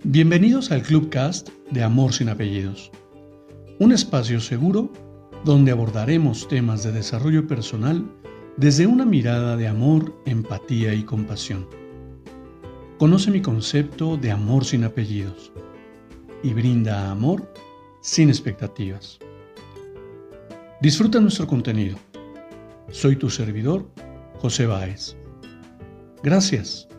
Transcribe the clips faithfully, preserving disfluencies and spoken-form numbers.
Bienvenidos al Clubcast de Amor sin Apellidos, un espacio seguro donde abordaremos temas de desarrollo personal desde una mirada de amor, empatía y compasión. Conoce mi concepto de amor sin apellidos y brinda amor sin expectativas. Disfruta nuestro contenido. Soy tu servidor, José Báez. Gracias.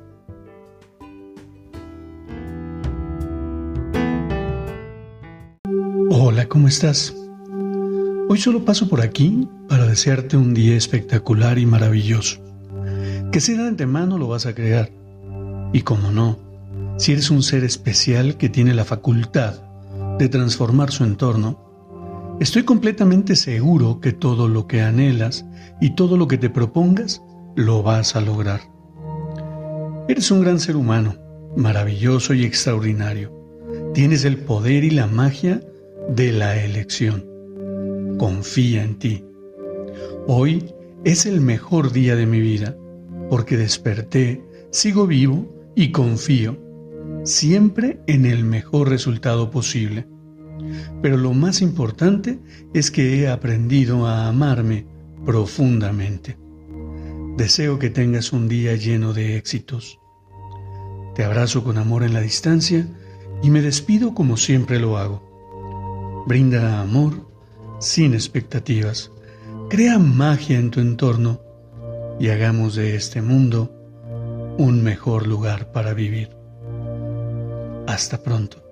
Hola, ¿cómo estás? Hoy solo paso por aquí para desearte un día espectacular y maravilloso. Que si de antemano lo vas a crear. Y como no, si eres un ser especial que tiene la facultad de transformar su entorno, estoy completamente seguro que todo lo que anhelas y todo lo que te propongas, lo vas a lograr. Eres un gran ser humano, maravilloso y extraordinario. Tienes el poder y la magia de la elección. Confía en ti. Hoy es el mejor día de mi vida, porque desperté, sigo vivo y confío, siempre en el mejor resultado posible. Pero lo más importante es que he aprendido a amarme profundamente. Deseo que tengas un día lleno de éxitos. Te abrazo con amor en la distancia y me despido como siempre lo hago. Brinda amor sin expectativas. Crea magia en tu entorno y hagamos de este mundo un mejor lugar para vivir. Hasta pronto.